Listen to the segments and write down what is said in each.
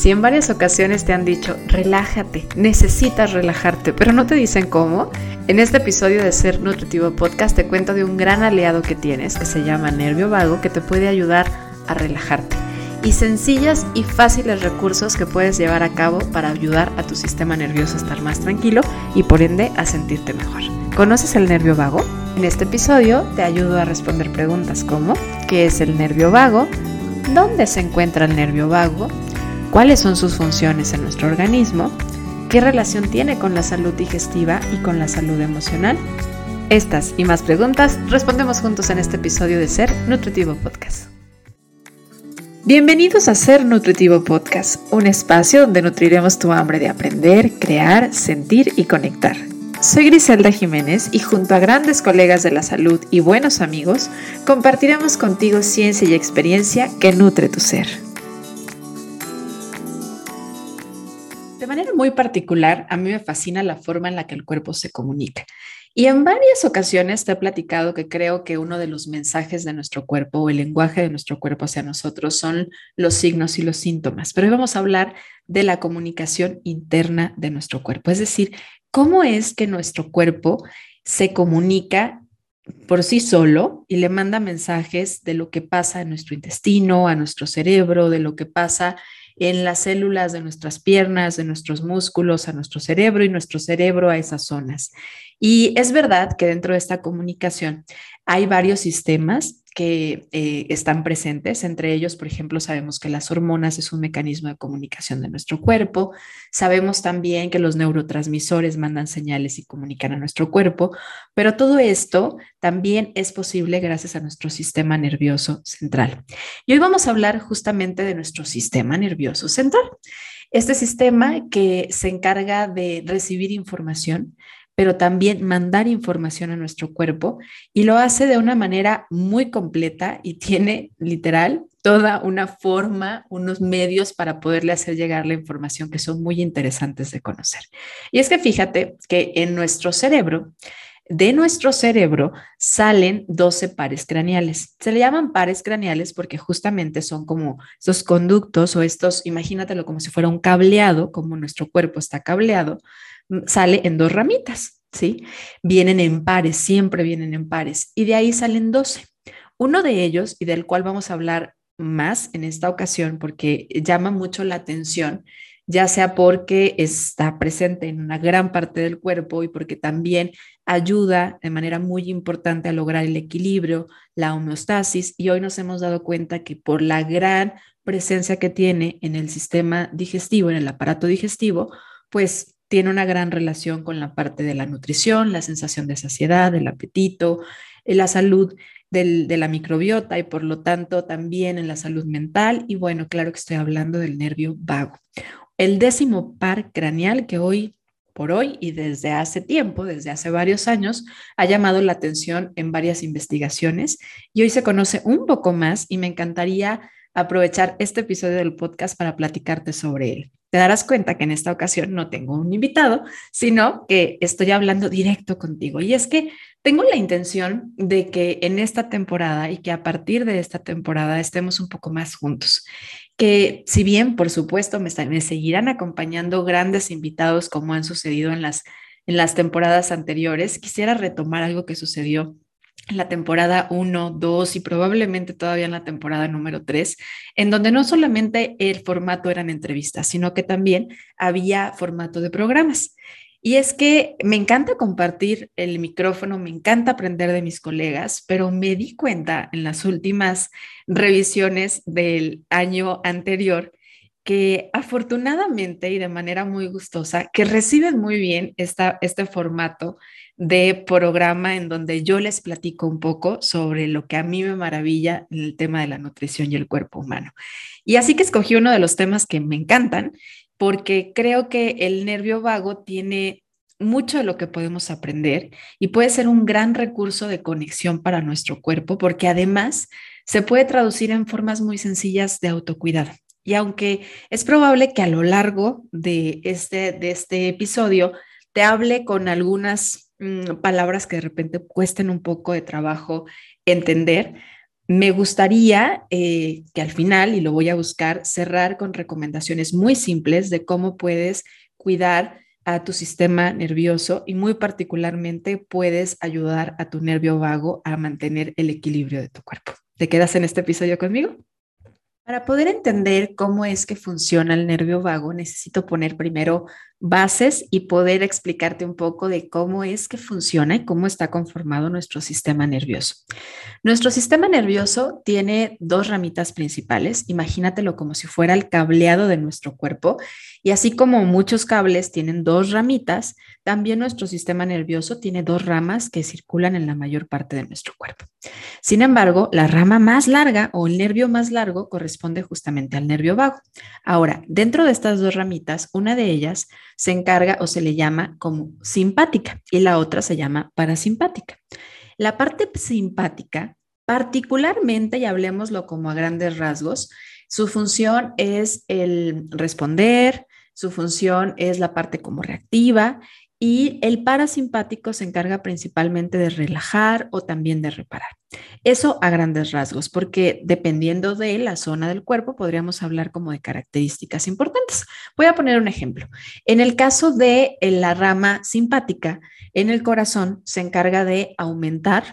Si en varias ocasiones te han dicho, relájate, necesitas relajarte, pero no te dicen cómo, en este episodio de Ser Nutritivo Podcast te cuento de un gran aliado que tienes, que se llama Nervio Vago, que te puede ayudar a relajarte. Y sencillas y fáciles recursos que puedes llevar a cabo para ayudar a tu sistema nervioso a estar más tranquilo y por ende a sentirte mejor. ¿Conoces el nervio vago? En este episodio te ayudo a responder preguntas como ¿qué es el nervio vago? ¿Dónde se encuentra el nervio vago? ¿Cuáles son sus funciones en nuestro organismo? ¿Qué relación tiene con la salud digestiva y con la salud emocional? Estas y más preguntas respondemos juntos en este episodio de Ser Nutritivo Podcast. Bienvenidos a Ser Nutritivo Podcast, un espacio donde nutriremos tu hambre de aprender, crear, sentir y conectar. Soy Griselda Jiménez y junto a grandes colegas de la salud y buenos amigos, compartiremos contigo ciencia y experiencia que nutre tu ser. De manera muy particular, a mí me fascina la forma en la que el cuerpo se comunica. Y en varias ocasiones te he platicado que creo que uno de los mensajes de nuestro cuerpo o el lenguaje de nuestro cuerpo hacia nosotros son los signos y los síntomas. Pero hoy vamos a hablar de la comunicación interna de nuestro cuerpo. Es decir, cómo es que nuestro cuerpo se comunica por sí solo y le manda mensajes de lo que pasa en nuestro intestino, a nuestro cerebro, de lo que pasa en las células de nuestras piernas, de nuestros músculos, a nuestro cerebro y nuestro cerebro a esas zonas. Y es verdad que dentro de esta comunicación hay varios sistemas que están presentes. Entre ellos, por ejemplo, sabemos que las hormonas es un mecanismo de comunicación de nuestro cuerpo. Sabemos también que los neurotransmisores mandan señales y comunican a nuestro cuerpo, pero todo esto también es posible gracias a nuestro sistema nervioso central. Y hoy vamos a hablar justamente de nuestro sistema nervioso central. Este sistema que se encarga de recibir información, pero también mandar información a nuestro cuerpo y lo hace de una manera muy completa y tiene literal toda una forma, unos medios para poderle hacer llegar la información que son muy interesantes de conocer. Y es que fíjate que en nuestro cerebro, de nuestro cerebro salen 12 pares craneales. Se le llaman pares craneales porque justamente son como estos conductos o estos, imagínatelo como si fuera un cableado, como nuestro cuerpo está cableado, sale en dos ramitas, ¿sí? Vienen en pares, siempre vienen en pares, y de ahí salen 12. Uno de ellos, y del cual vamos a hablar más en esta ocasión porque llama mucho la atención, ya sea porque está presente en una gran parte del cuerpo y porque también ayuda de manera muy importante a lograr el equilibrio, la homeostasis, y hoy nos hemos dado cuenta que por la gran presencia que tiene en el sistema digestivo, en el aparato digestivo, pues tiene una gran relación con la parte de la nutrición, la sensación de saciedad, el apetito, la salud de la microbiota y por lo tanto también en la salud mental. Y bueno, claro que estoy hablando del nervio vago. El 10º par craneal que hoy por hoy y desde hace tiempo, desde hace varios años, ha llamado la atención en varias investigaciones y hoy se conoce un poco más y me encantaría aprovechar este episodio del podcast para platicarte sobre él. Te darás cuenta que en esta ocasión no tengo un invitado, sino que estoy hablando directo contigo. Y es que tengo la intención de que en esta temporada y que a partir de esta temporada estemos un poco más juntos. Que si bien, por supuesto, me seguirán acompañando grandes invitados como han sucedido en las temporadas anteriores, quisiera retomar algo que sucedió en la temporada 1, 2 y probablemente todavía en la temporada número 3, en donde no solamente el formato eran entrevistas, sino que también había formato de programas. Y es que me encanta compartir el micrófono, me encanta aprender de mis colegas, pero me di cuenta en las últimas revisiones del año anterior que afortunadamente y de manera muy gustosa, que reciben muy bien este formato de programa en donde yo les platico un poco sobre lo que a mí me maravilla en el tema de la nutrición y el cuerpo humano. Y así que escogí uno de los temas que me encantan porque creo que el nervio vago tiene mucho de lo que podemos aprender y puede ser un gran recurso de conexión para nuestro cuerpo porque además se puede traducir en formas muy sencillas de autocuidado. Y aunque es probable que a lo largo de este episodio te hable con algunas palabras que de repente cuesten un poco de trabajo entender, Me gustaría que al final, y lo voy a buscar, cerrar con recomendaciones muy simples de cómo puedes cuidar a tu sistema nervioso y muy particularmente puedes ayudar a tu nervio vago a mantener el equilibrio de tu cuerpo. ¿Te quedas en este episodio conmigo? Para poder entender cómo es que funciona el nervio vago, necesito poner primero bases y poder explicarte un poco de cómo es que funciona y cómo está conformado nuestro sistema nervioso. Nuestro sistema nervioso tiene dos ramitas principales. Imagínatelo como si fuera el cableado de nuestro cuerpo. Y así como muchos cables tienen dos ramitas, también nuestro sistema nervioso tiene dos ramas que circulan en la mayor parte de nuestro cuerpo. Sin embargo, la rama más larga o el nervio más largo corresponde justamente al nervio vago. Ahora, dentro de estas dos ramitas, una de ellas se encarga o se le llama como simpática y la otra se llama parasimpática. La parte simpática, particularmente, y hablemoslo como a grandes rasgos, su función es el responder, su función es la parte como reactiva y el parasimpático se encarga principalmente de relajar o también de reparar. Eso a grandes rasgos, porque dependiendo de la zona del cuerpo podríamos hablar como de características importantes. Voy a poner un ejemplo. En el caso de la rama simpática, en el corazón se encarga de aumentar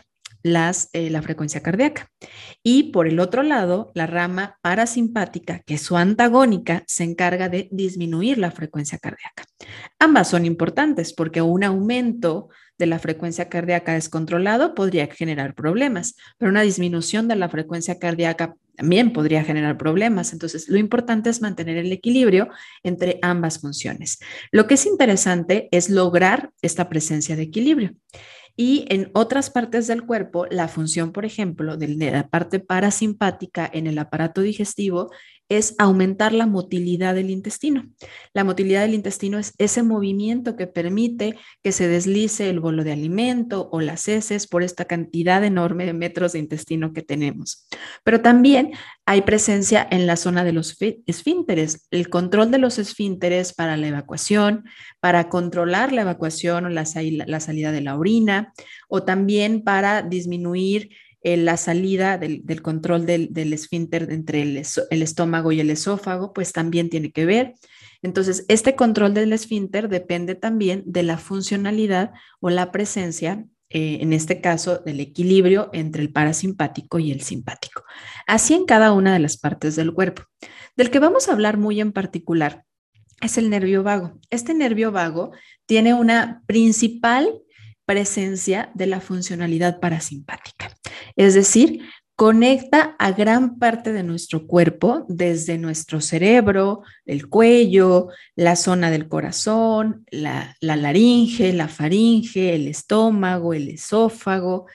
la frecuencia cardíaca. Y por el otro lado, la rama parasimpática, que es su antagónica, se encarga de disminuir la frecuencia cardíaca. Ambas son importantes porque un aumento de la frecuencia cardíaca descontrolado podría generar problemas, pero una disminución de la frecuencia cardíaca también podría generar problemas. Entonces, lo importante es mantener el equilibrio entre ambas funciones. Lo que es interesante es lograr esta presencia de equilibrio. Y en otras partes del cuerpo, la función, por ejemplo, de la parte parasimpática en el aparato digestivo es aumentar la motilidad del intestino. La motilidad del intestino es ese movimiento que permite que se deslice el bolo de alimento o las heces por esta cantidad enorme de metros de intestino que tenemos. Pero también hay presencia en la zona de los esfínteres, el control de los esfínteres para la evacuación, para controlar la evacuación o la salida de la orina, o también para disminuir la salida del control del esfínter entre el estómago y el esófago, pues también tiene que ver. Entonces, este control del esfínter depende también de la funcionalidad o la presencia, en este caso, del equilibrio entre el parasimpático y el simpático. Así en cada una de las partes del cuerpo. Del que vamos a hablar muy en particular es el nervio vago. Este nervio vago tiene una principal presencia de la funcionalidad parasimpática, es decir, conecta a gran parte de nuestro cuerpo, desde nuestro cerebro, el cuello, la zona del corazón, la laringe, la faringe, el estómago, el esófago,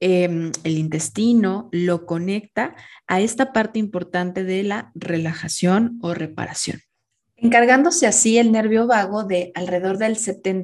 el intestino, lo conecta a esta parte importante de la relajación o reparación, encargándose así el nervio vago de alrededor del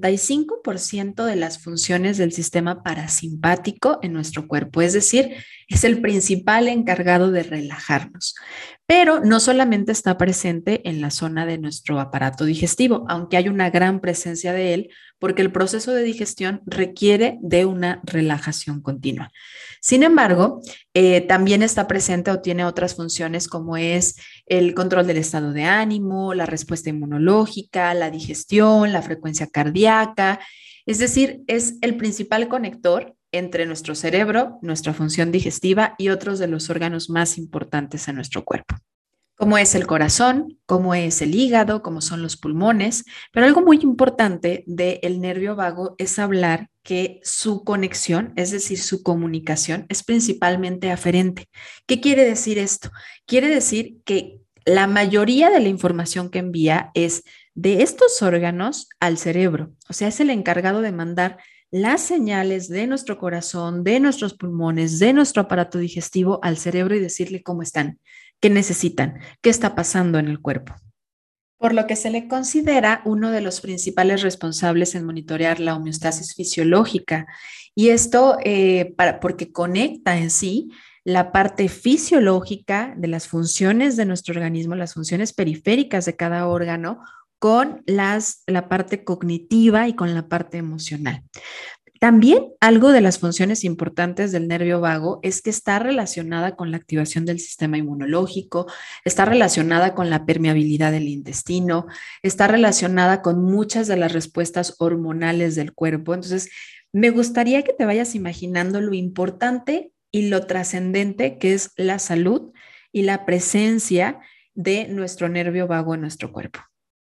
75% de las funciones del sistema parasimpático en nuestro cuerpo, es decir, es el principal encargado de relajarnos. Pero no solamente está presente en la zona de nuestro aparato digestivo, aunque hay una gran presencia de él, porque el proceso de digestión requiere de una relajación continua. Sin embargo, también está presente o tiene otras funciones como es el control del estado de ánimo, la respuesta inmunológica, la digestión, la frecuencia cardíaca. Es decir, es el principal conector entre nuestro cerebro, nuestra función digestiva y otros de los órganos más importantes en nuestro cuerpo, como es el corazón, como es el hígado, como son los pulmones. Pero algo muy importante del nervio vago es hablar que su conexión, es decir, su comunicación, es principalmente aferente. ¿Qué quiere decir esto? Quiere decir que la mayoría de la información que envía es de estos órganos al cerebro, o sea, es el encargado de mandar las señales de nuestro corazón, de nuestros pulmones, de nuestro aparato digestivo al cerebro y decirle cómo están, qué necesitan, qué está pasando en el cuerpo. Por lo que se le considera uno de los principales responsables en monitorear la homeostasis fisiológica. Y esto porque conecta en sí la parte fisiológica de las funciones de nuestro organismo, las funciones periféricas de cada órgano, con la parte cognitiva y con la parte emocional. También algo de las funciones importantes del nervio vago es que está relacionada con la activación del sistema inmunológico, está relacionada con la permeabilidad del intestino, está relacionada con muchas de las respuestas hormonales del cuerpo. Entonces, me gustaría que te vayas imaginando lo importante y lo trascendente que es la salud y la presencia de nuestro nervio vago en nuestro cuerpo.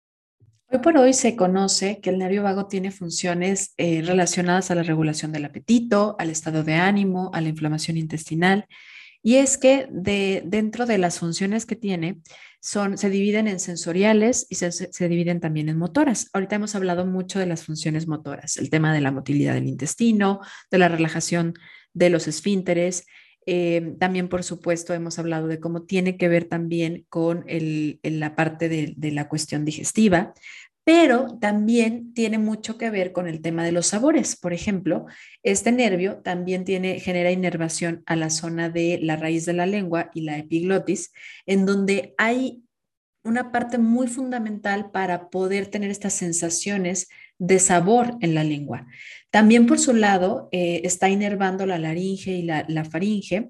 Hoy por hoy se conoce que el nervio vago tiene funciones relacionadas a la regulación del apetito, al estado de ánimo, a la inflamación intestinal. Y es que dentro de las funciones que tiene, se dividen en sensoriales y se dividen también en motoras. Ahorita hemos hablado mucho de las funciones motoras, el tema de la motilidad del intestino, de la relajación de los esfínteres. También, por supuesto, hemos hablado de cómo tiene que ver también con la parte de la cuestión digestiva, pero también tiene mucho que ver con el tema de los sabores. Por ejemplo, este nervio también genera inervación a la zona de la raíz de la lengua y la epiglotis, en donde hay una parte muy fundamental para poder tener estas sensaciones de sabor en la lengua. También por su lado está inervando la laringe y la faringe,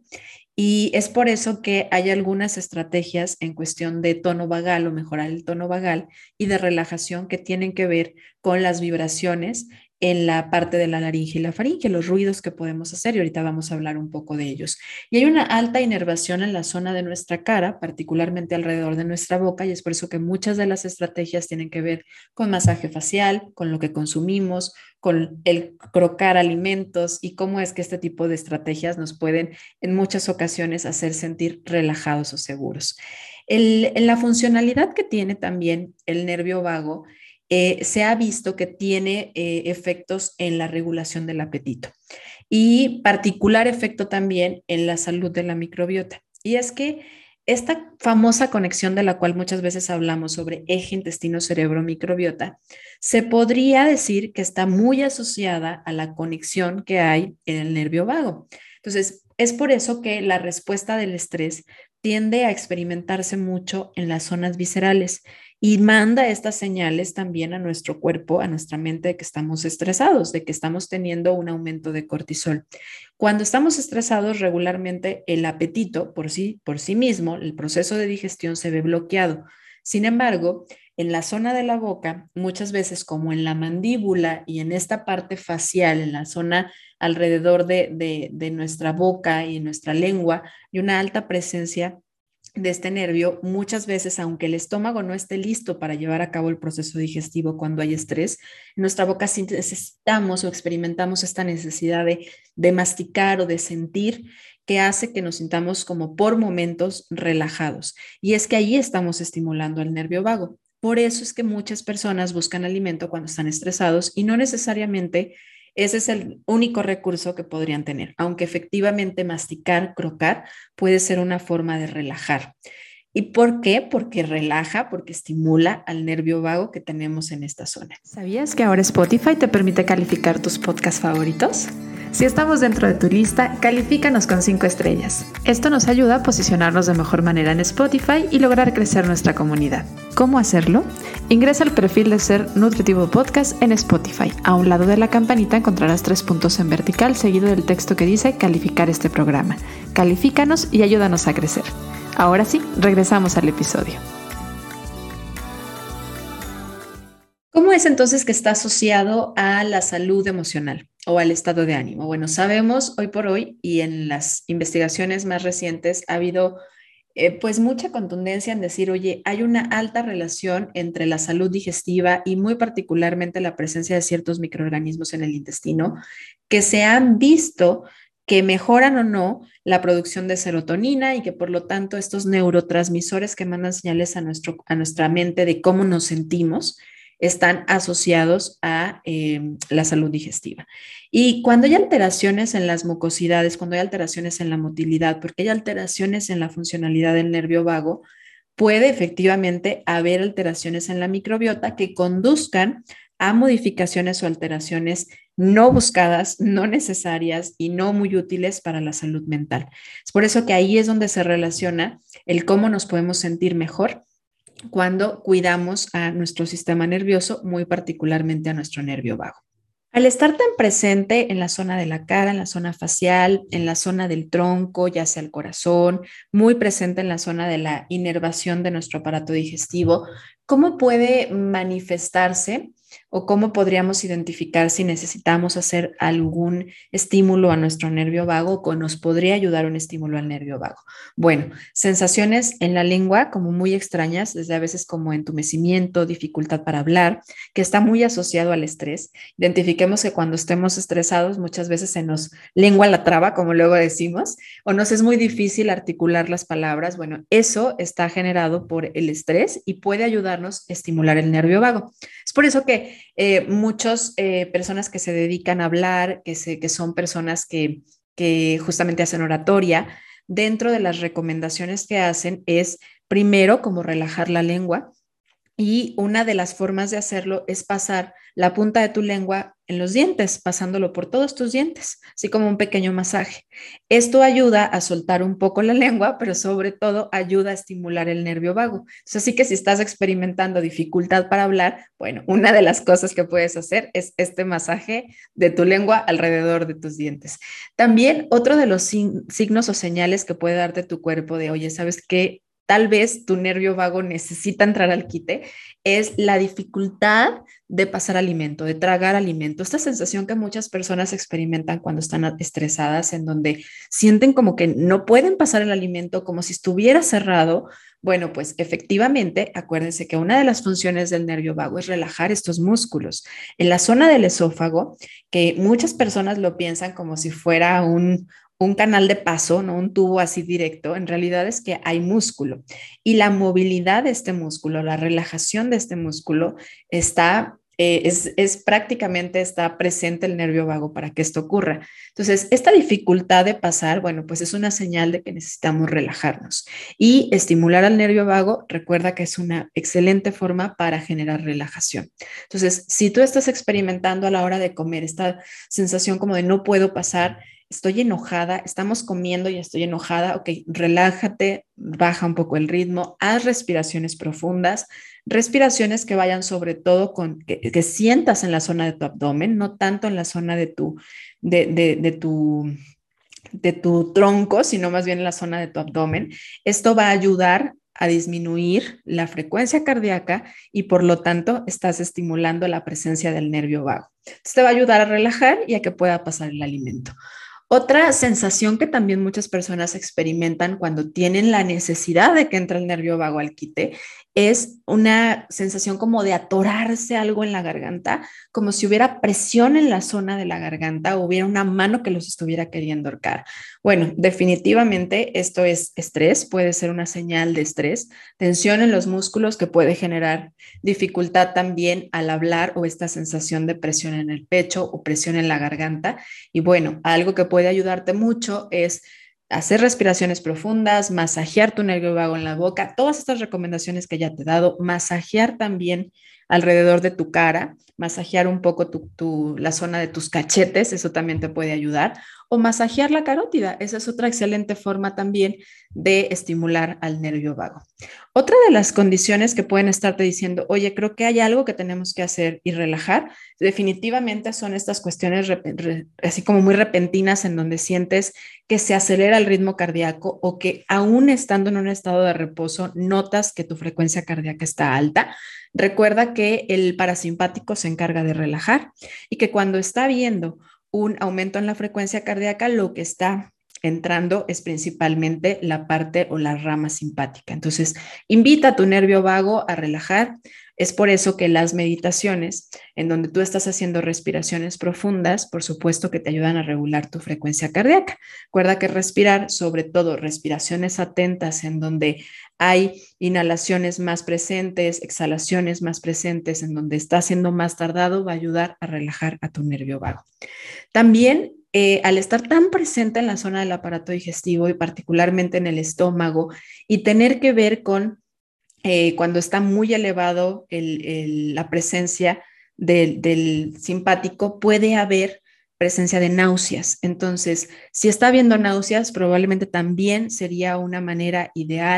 y es por eso que hay algunas estrategias en cuestión de tono vagal o mejorar el tono vagal y de relajación que tienen que ver con las vibraciones en la parte de la laringe y la faringe, los ruidos que podemos hacer, y ahorita vamos a hablar un poco de ellos. Y hay una alta inervación en la zona de nuestra cara, particularmente alrededor de nuestra boca, y es por eso que muchas de las estrategias tienen que ver con masaje facial, con lo que consumimos, con el crocar alimentos y cómo es que este tipo de estrategias nos pueden en muchas ocasiones hacer sentir relajados o seguros. En la funcionalidad que tiene también el nervio vago, se ha visto que tiene efectos en la regulación del apetito y particular efecto también en la salud de la microbiota. Y es que esta famosa conexión de la cual muchas veces hablamos sobre eje intestino-cerebro-microbiota, se podría decir que está muy asociada a la conexión que hay en el nervio vago. Entonces, es por eso que la respuesta del estrés tiende a experimentarse mucho en las zonas viscerales y manda estas señales también a nuestro cuerpo, a nuestra mente de que estamos estresados, de que estamos teniendo un aumento de cortisol. Cuando estamos estresados, regularmente el apetito por sí mismo, el proceso de digestión se ve bloqueado. Sin embargo, en la zona de la boca, muchas veces como en la mandíbula y en esta parte facial, en la zona alrededor de nuestra boca y nuestra lengua, hay una alta presencia de este nervio. Muchas veces, aunque el estómago no esté listo para llevar a cabo el proceso digestivo cuando hay estrés, en nuestra boca sí necesitamos o experimentamos esta necesidad de masticar o de sentir, que hace que nos sintamos como por momentos relajados. Y es que ahí estamos estimulando el nervio vago. Por eso es que muchas personas buscan alimento cuando están estresados y no necesariamente ese es el único recurso que podrían tener, aunque efectivamente masticar, crocar, puede ser una forma de relajar. ¿Y por qué? Porque relaja, porque estimula al nervio vago que tenemos en esta zona. ¿Sabías que ahora Spotify te permite calificar tus podcasts favoritos? Si estamos dentro de tu lista, califícanos con 5 estrellas. Esto nos ayuda a posicionarnos de mejor manera en Spotify y lograr crecer nuestra comunidad. ¿Cómo hacerlo? Ingresa al perfil de Ser Nutritivo Podcast en Spotify. A un lado de la campanita encontrarás 3 puntos en vertical seguido del texto que dice calificar este programa. Califícanos y ayúdanos a crecer. Ahora sí, regresamos al episodio. ¿Cómo es entonces que está asociado a la salud emocional o al estado de ánimo? Bueno, sabemos hoy por hoy y en las investigaciones más recientes ha habido pues mucha contundencia en decir, oye, hay una alta relación entre la salud digestiva y muy particularmente la presencia de ciertos microorganismos en el intestino que se han visto que mejoran o no la producción de serotonina y que por lo tanto estos neurotransmisores que mandan señales a nuestra mente de cómo nos sentimos están asociados a la salud digestiva. Y cuando hay alteraciones en las mucosidades, cuando hay alteraciones en la motilidad, porque hay alteraciones en la funcionalidad del nervio vago, puede efectivamente haber alteraciones en la microbiota que conduzcan a modificaciones o alteraciones no buscadas, no necesarias y no muy útiles para la salud mental. Es por eso que ahí es donde se relaciona el cómo nos podemos sentir mejor cuando cuidamos a nuestro sistema nervioso, muy particularmente a nuestro nervio vago. Al estar tan presente en la zona de la cara, en la zona facial, en la zona del tronco, ya sea el corazón, muy presente en la zona de la inervación de nuestro aparato digestivo, ¿cómo puede manifestarse o cómo podríamos identificar si necesitamos hacer algún estímulo a nuestro nervio vago o nos podría ayudar un estímulo al nervio vago? Bueno, sensaciones en la lengua como muy extrañas, desde a veces como entumecimiento, dificultad para hablar, que está muy asociado al estrés. Identifiquemos que cuando estemos estresados muchas veces se nos lengua la traba, como luego decimos, o nos es muy difícil articular las palabras. Bueno, eso está generado por el estrés y puede ayudarnos a estimular el nervio vago. Es por eso que muchas personas que se dedican a hablar, que son personas que justamente hacen oratoria, dentro de las recomendaciones que hacen es primero como relajar la lengua, y una de las formas de hacerlo es pasar la punta de tu lengua en los dientes, pasándolo por todos tus dientes, así como un pequeño masaje. Esto ayuda a soltar un poco la lengua, pero sobre todo ayuda a estimular el nervio vago. Entonces, así que si estás experimentando dificultad para hablar, bueno, una de las cosas que puedes hacer es este masaje de tu lengua alrededor de tus dientes. También otro de los signos o señales que puede darte tu cuerpo de, oye, ¿sabes qué? Tal vez tu nervio vago necesita entrar al quite, es la dificultad de pasar alimento, de tragar alimento. Esta sensación que muchas personas experimentan cuando están estresadas, en donde sienten como que no pueden pasar el alimento, como si estuviera cerrado. Bueno, pues efectivamente, acuérdense que una de las funciones del nervio vago es relajar estos músculos. En la zona del esófago, que muchas personas lo piensan como si fuera un canal de paso, no un tubo así directo, en realidad es que hay músculo y la movilidad de este músculo, la relajación de este músculo está, prácticamente está presente el nervio vago para que esto ocurra. Entonces, esta dificultad de pasar, bueno, pues es una señal de que necesitamos relajarnos y estimular al nervio vago, recuerda que es una excelente forma para generar relajación. Entonces, si tú estás experimentando a la hora de comer esta sensación como de no puedo pasar, estoy enojada, estamos comiendo y estoy enojada, ok, relájate, baja un poco el ritmo, haz respiraciones profundas, respiraciones que vayan sobre todo que sientas en la zona de tu abdomen, no tanto en la zona de, de, de tu, de tu tronco, sino más bien en la zona de tu abdomen. Esto va a ayudar a disminuir la frecuencia cardíaca y por lo tanto estás estimulando la presencia del nervio vago. Esto te va a ayudar a relajar y a que pueda pasar el alimento. Otra sensación que también muchas personas experimentan cuando tienen la necesidad de que entre el nervio vago al quite es una sensación como de atorarse algo en la garganta, como si hubiera presión en la zona de la garganta o hubiera una mano que los estuviera queriendo ahorcar. Bueno, definitivamente esto es estrés, puede ser una señal de estrés, tensión en los músculos que puede generar dificultad también al hablar o esta sensación de presión en el pecho o presión en la garganta. Y bueno, algo que puede ayudarte mucho es hacer respiraciones profundas, masajear tu nervio vago en la boca, todas estas recomendaciones que ya te he dado, masajear también alrededor de tu cara, masajear un poco la zona de tus cachetes, eso también te puede ayudar, o masajear la carótida, esa es otra excelente forma también de estimular al nervio vago. Otra de las condiciones que pueden estarte diciendo, oye, creo que hay algo que tenemos que hacer y relajar, definitivamente son estas cuestiones así como muy repentinas en donde sientes que se acelera el ritmo cardíaco o que aún estando en un estado de reposo notas que tu frecuencia cardíaca está alta. Recuerda que el parasimpático se encarga de relajar y que cuando está habiendo un aumento en la frecuencia cardíaca, lo que está entrando es principalmente la parte o la rama simpática. Entonces, invita a tu nervio vago a relajar. Es por eso que las meditaciones, en donde tú estás haciendo respiraciones profundas, por supuesto que te ayudan a regular tu frecuencia cardíaca. Recuerda que respirar, sobre todo respiraciones atentas, en donde hay inhalaciones más presentes, exhalaciones más presentes, en donde está siendo más tardado, va a ayudar a relajar a tu nervio vago. También al estar tan presente en la zona del aparato digestivo y particularmente en el estómago y tener que ver con cuando está muy elevado la presencia del simpático, puede haber presencia de náuseas. Entonces, si está habiendo náuseas, probablemente también sería una manera ideal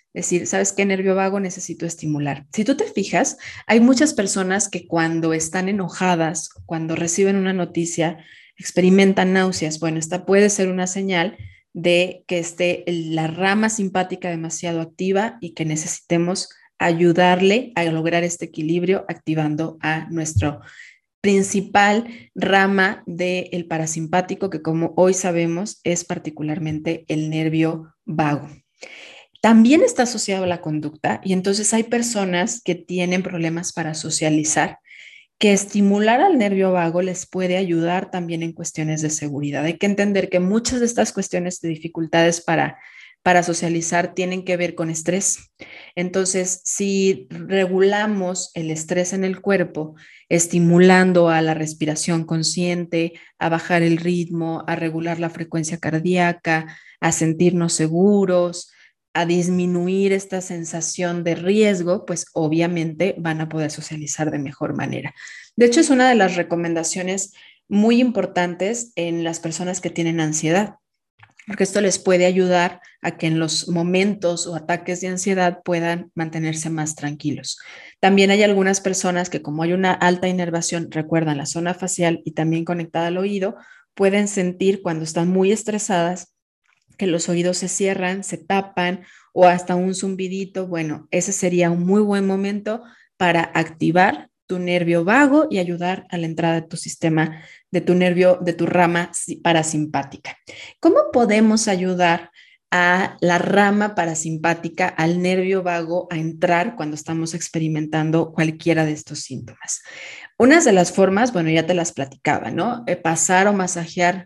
Decir, ¿sabes qué nervio vago necesito estimular? Si tú te fijas, hay muchas personas que cuando están enojadas, cuando reciben una noticia, experimentan náuseas. Bueno, esta puede ser una señal de que esté la rama simpática demasiado activa y que necesitemos ayudarle a lograr este equilibrio activando a nuestro principal rama del parasimpático, que como hoy sabemos es particularmente el nervio vago. También está asociado a la conducta y entonces hay personas que tienen problemas para socializar, que estimular al nervio vago les puede ayudar también en cuestiones de seguridad. Hay que entender que muchas de estas cuestiones de dificultades para socializar tienen que ver con estrés. Entonces, si regulamos el estrés en el cuerpo, estimulando a la respiración consciente, a bajar el ritmo, a regular la frecuencia cardíaca, a sentirnos seguros, a disminuir esta sensación de riesgo, pues obviamente van a poder socializar de mejor manera. De hecho, es una de las recomendaciones muy importantes en las personas que tienen ansiedad, porque esto les puede ayudar a que en los momentos o ataques de ansiedad puedan mantenerse más tranquilos. También hay algunas personas que como hay una alta inervación, recuerdan la zona facial y también conectada al oído, pueden sentir cuando están muy estresadas que los oídos se cierran, se tapan o hasta un zumbidito. Bueno, ese sería un muy buen momento para activar tu nervio vago y ayudar a la entrada de tu sistema, de tu nervio, de tu rama parasimpática. ¿Cómo podemos ayudar a la rama parasimpática, al nervio vago, a entrar cuando estamos experimentando cualquiera de estos síntomas? Unas de las formas, bueno, ya te las platicaba, ¿no? Pasar o masajear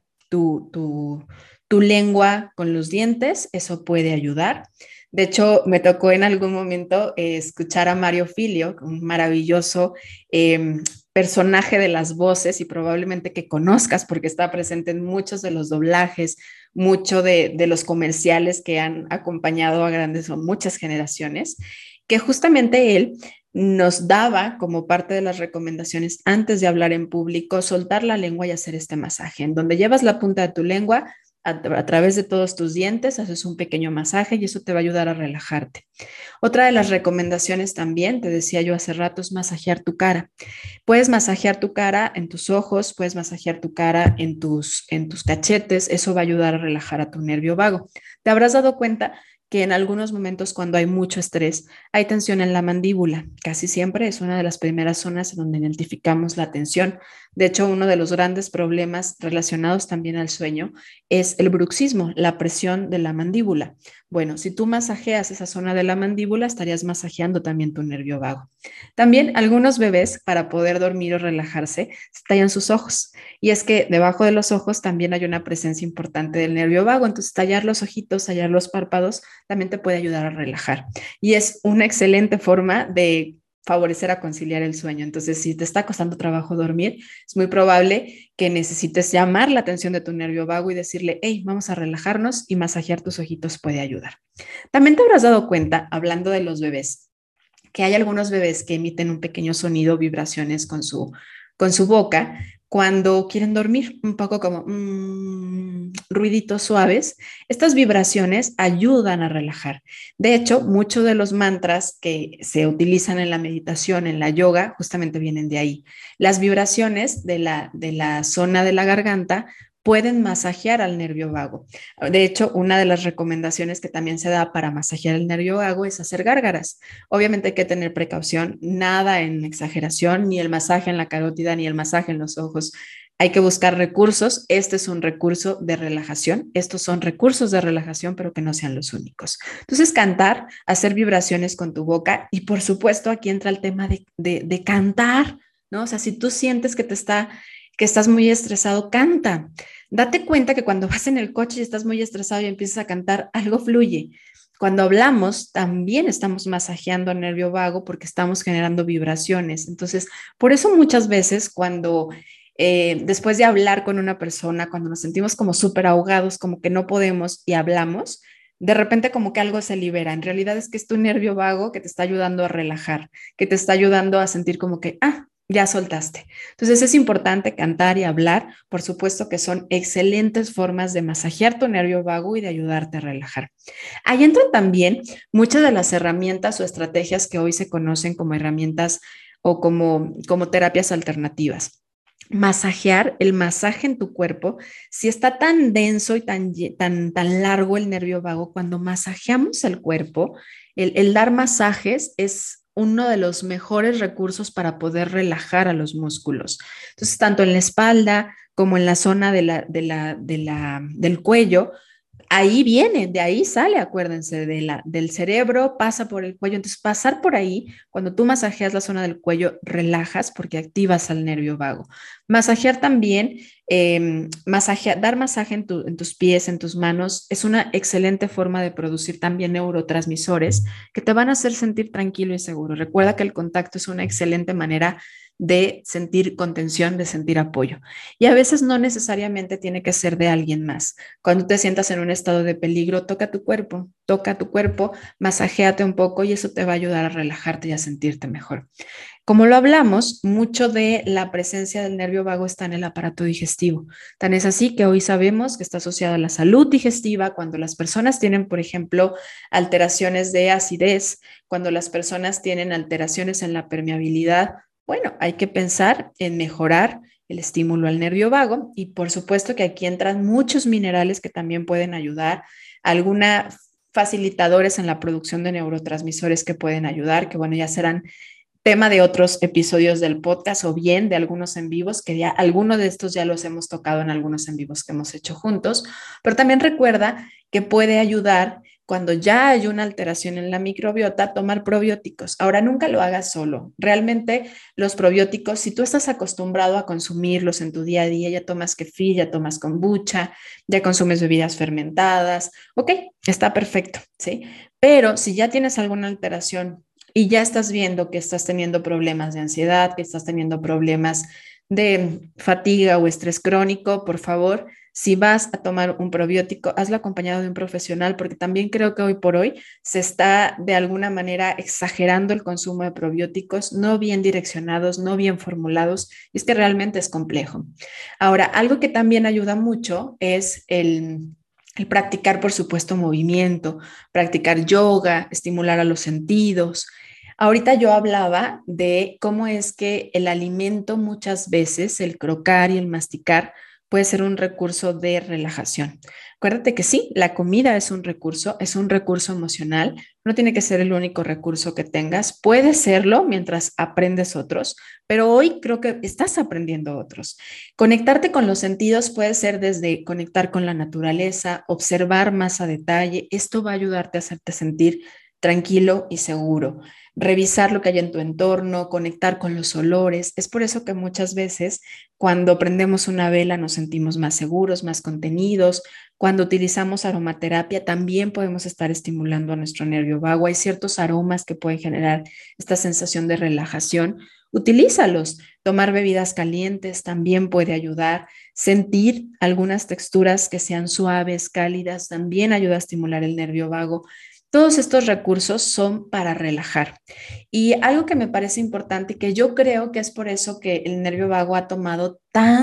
tu lengua con los dientes, eso puede ayudar. De hecho, me tocó en algún momento escuchar a Mario Filio, un maravilloso eh, personaje de las voces y probablemente que conozcas porque está presente en muchos de los doblajes, mucho de los comerciales que han acompañado a grandes o muchas generaciones, que justamente él nos daba como parte de las recomendaciones antes de hablar en público, soltar la lengua y hacer este masaje, en donde llevas la punta de tu lengua a través de todos tus dientes, haces un pequeño masaje y eso te va a ayudar a relajarte. Otra de las recomendaciones también, te decía yo hace rato, es masajear tu cara. Puedes masajear tu cara en tus ojos, puedes masajear tu cara en tus cachetes, eso va a ayudar a relajar a tu nervio vago. Te habrás dado cuenta que en algunos momentos cuando hay mucho estrés, hay tensión en la mandíbula. Casi siempre es una de las primeras zonas en donde identificamos la tensión. De hecho, uno de los grandes problemas relacionados también al sueño es el bruxismo, la presión de la mandíbula. Bueno, si tú masajeas esa zona de la mandíbula, estarías masajeando también tu nervio vago. También algunos bebés, para poder dormir o relajarse, se tallan sus ojos. Y es que debajo de los ojos también hay una presencia importante del nervio vago. Entonces, tallar los ojitos, tallar los párpados, también te puede ayudar a relajar. Y es una excelente forma de favorecer a conciliar el sueño. Entonces, si te está costando trabajo dormir, es muy probable que necesites llamar la atención de tu nervio vago y decirle, hey, vamos a relajarnos y masajear tus ojitos puede ayudar. También te habrás dado cuenta, hablando de los bebés, que hay algunos bebés que emiten un pequeño sonido, vibraciones con su boca cuando quieren dormir, un poco como ruiditos suaves. Estas vibraciones ayudan a relajar. De hecho, muchos de los mantras que se utilizan en la meditación, en la yoga, justamente vienen de ahí. Las vibraciones de la zona de la garganta pueden masajear al nervio vago. De hecho, una de las recomendaciones que también se da para masajear el nervio vago es hacer gárgaras. Obviamente hay que tener precaución, nada en exageración, ni el masaje en la carótida, ni el masaje en los ojos. Hay que buscar recursos. Este es un recurso de relajación. Estos son recursos de relajación, pero que no sean los únicos. Entonces, cantar, hacer vibraciones con tu boca y por supuesto aquí entra el tema de cantar, ¿no? O sea, si tú sientes que estás muy estresado, canta. Date cuenta que cuando vas en el coche y estás muy estresado y empiezas a cantar, algo fluye. Cuando hablamos, también estamos masajeando el nervio vago porque estamos generando vibraciones. Entonces, por eso muchas veces cuando después de hablar con una persona, cuando nos sentimos como súper ahogados, como que no podemos y hablamos, de repente como que algo se libera. En realidad es que es tu nervio vago que te está ayudando a relajar, que te está ayudando a sentir como que, ya soltaste. Entonces es importante cantar y hablar, por supuesto que son excelentes formas de masajear tu nervio vago y de ayudarte a relajar. Ahí entran también muchas de las herramientas o estrategias que hoy se conocen como herramientas o como terapias alternativas. Masajear, el masaje en tu cuerpo, si está tan denso y tan largo el nervio vago, cuando masajeamos el cuerpo, el dar masajes es uno de los mejores recursos para poder relajar a los músculos. Entonces, tanto en la espalda como en la zona del cuello, ahí viene, de ahí sale, acuérdense, del cerebro, pasa por el cuello. Entonces, pasar por ahí, cuando tú masajeas la zona del cuello, relajas porque activas al nervio vago. Masajear también, dar masaje en tus pies, en tus manos, es una excelente forma de producir también neurotransmisores que te van a hacer sentir tranquilo y seguro. Recuerda que el contacto es una excelente manera de sentir contención, de sentir apoyo. Y a veces no necesariamente tiene que ser de alguien más. Cuando te sientas en un estado de peligro, toca tu cuerpo, masajéate un poco y eso te va a ayudar a relajarte y a sentirte mejor. Como lo hablamos, mucho de la presencia del nervio vago está en el aparato digestivo. Tan es así que hoy sabemos que está asociado a la salud digestiva cuando las personas tienen, por ejemplo, alteraciones de acidez, cuando las personas tienen alteraciones en la permeabilidad. Bueno, hay que pensar en mejorar el estímulo al nervio vago y por supuesto que aquí entran muchos minerales que también pueden ayudar, alguna facilitadores en la producción de neurotransmisores que pueden ayudar, que bueno, ya serán tema de otros episodios del podcast o bien de algunos en vivos, que ya algunos de estos ya los hemos tocado en algunos en vivos que hemos hecho juntos, pero también recuerda que puede ayudar cuando ya hay una alteración en la microbiota, tomar probióticos. Ahora, nunca lo hagas solo. Realmente los probióticos, si tú estás acostumbrado a consumirlos en tu día a día, ya tomas kefir, ya tomas kombucha, ya consumes bebidas fermentadas, ok, está perfecto, ¿sí? Pero si ya tienes alguna alteración y ya estás viendo que estás teniendo problemas de ansiedad, que estás teniendo problemas de fatiga o estrés crónico, por favor, si vas a tomar un probiótico, hazlo acompañado de un profesional, porque también creo que hoy por hoy se está de alguna manera exagerando el consumo de probióticos, no bien direccionados, no bien formulados, y es que realmente es complejo. Ahora, algo que también ayuda mucho es el practicar, por supuesto, movimiento, practicar yoga, estimular a los sentidos. Ahorita yo hablaba de cómo es que el alimento muchas veces, el crocar y el masticar, puede ser un recurso de relajación. Acuérdate que sí, la comida es un recurso emocional, no tiene que ser el único recurso que tengas, puede serlo mientras aprendes otros, pero hoy creo que estás aprendiendo otros. Conectarte con los sentidos puede ser desde conectar con la naturaleza, observar más a detalle, esto va a ayudarte a hacerte sentir tranquilo y seguro, revisar lo que hay en tu entorno, conectar con los olores. Es por eso que muchas veces cuando prendemos una vela nos sentimos más seguros, más contenidos. Cuando utilizamos aromaterapia también podemos estar estimulando a nuestro nervio vago. Hay ciertos aromas que pueden generar esta sensación de relajación. Utilízalos. Tomar bebidas calientes también puede ayudar. Sentir algunas texturas que sean suaves, cálidas, también ayuda a estimular el nervio vago. Todos estos recursos son para relajar. Y algo que me parece importante, que yo creo que es por eso que el nervio vago ha tomado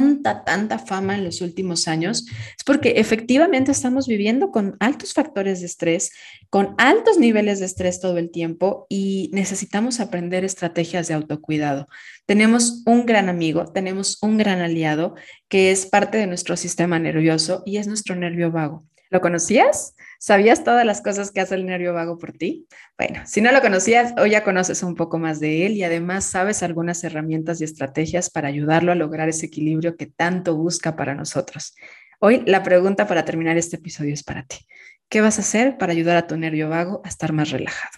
tanta fama en los últimos años, es porque efectivamente estamos viviendo con altos factores de estrés, con altos niveles de estrés todo el tiempo y necesitamos aprender estrategias de autocuidado. Tenemos un gran amigo, tenemos un gran aliado que es parte de nuestro sistema nervioso y es nuestro nervio vago. ¿Lo conocías? ¿Sabías todas las cosas que hace el nervio vago por ti? Bueno, si no lo conocías, hoy ya conoces un poco más de él y además sabes algunas herramientas y estrategias para ayudarlo a lograr ese equilibrio que tanto busca para nosotros. Hoy la pregunta para terminar este episodio es para ti. ¿Qué vas a hacer para ayudar a tu nervio vago a estar más relajado?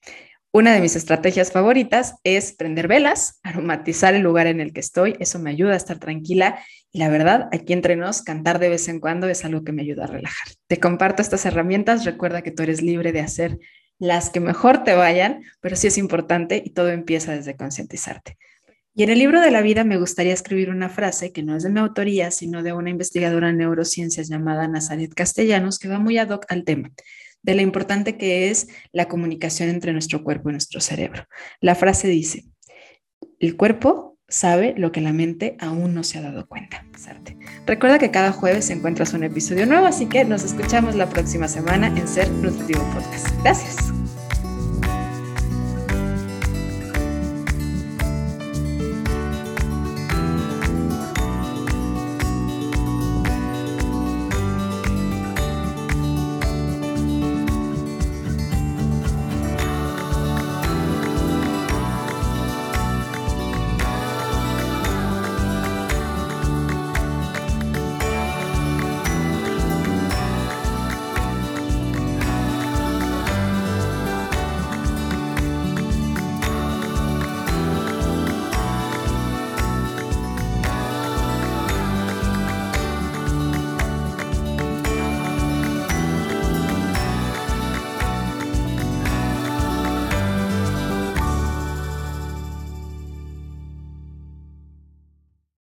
Una de mis estrategias favoritas es prender velas, aromatizar el lugar en el que estoy. Eso me ayuda a estar tranquila y la verdad, aquí entre nos, cantar de vez en cuando es algo que me ayuda a relajar. Te comparto estas herramientas. Recuerda que tú eres libre de hacer las que mejor te vayan, pero sí es importante y todo empieza desde concientizarte. Y en el libro de la vida me gustaría escribir una frase que no es de mi autoría, sino de una investigadora en neurociencias llamada Nazaret Castellanos, que va muy ad hoc al tema de lo importante que es la comunicación entre nuestro cuerpo y nuestro cerebro. La frase dice, el cuerpo sabe lo que la mente aún no se ha dado cuenta. Sarte. Recuerda que cada jueves encuentras un episodio nuevo, así que nos escuchamos la próxima semana en Ser Nutritivo Podcast. Gracias.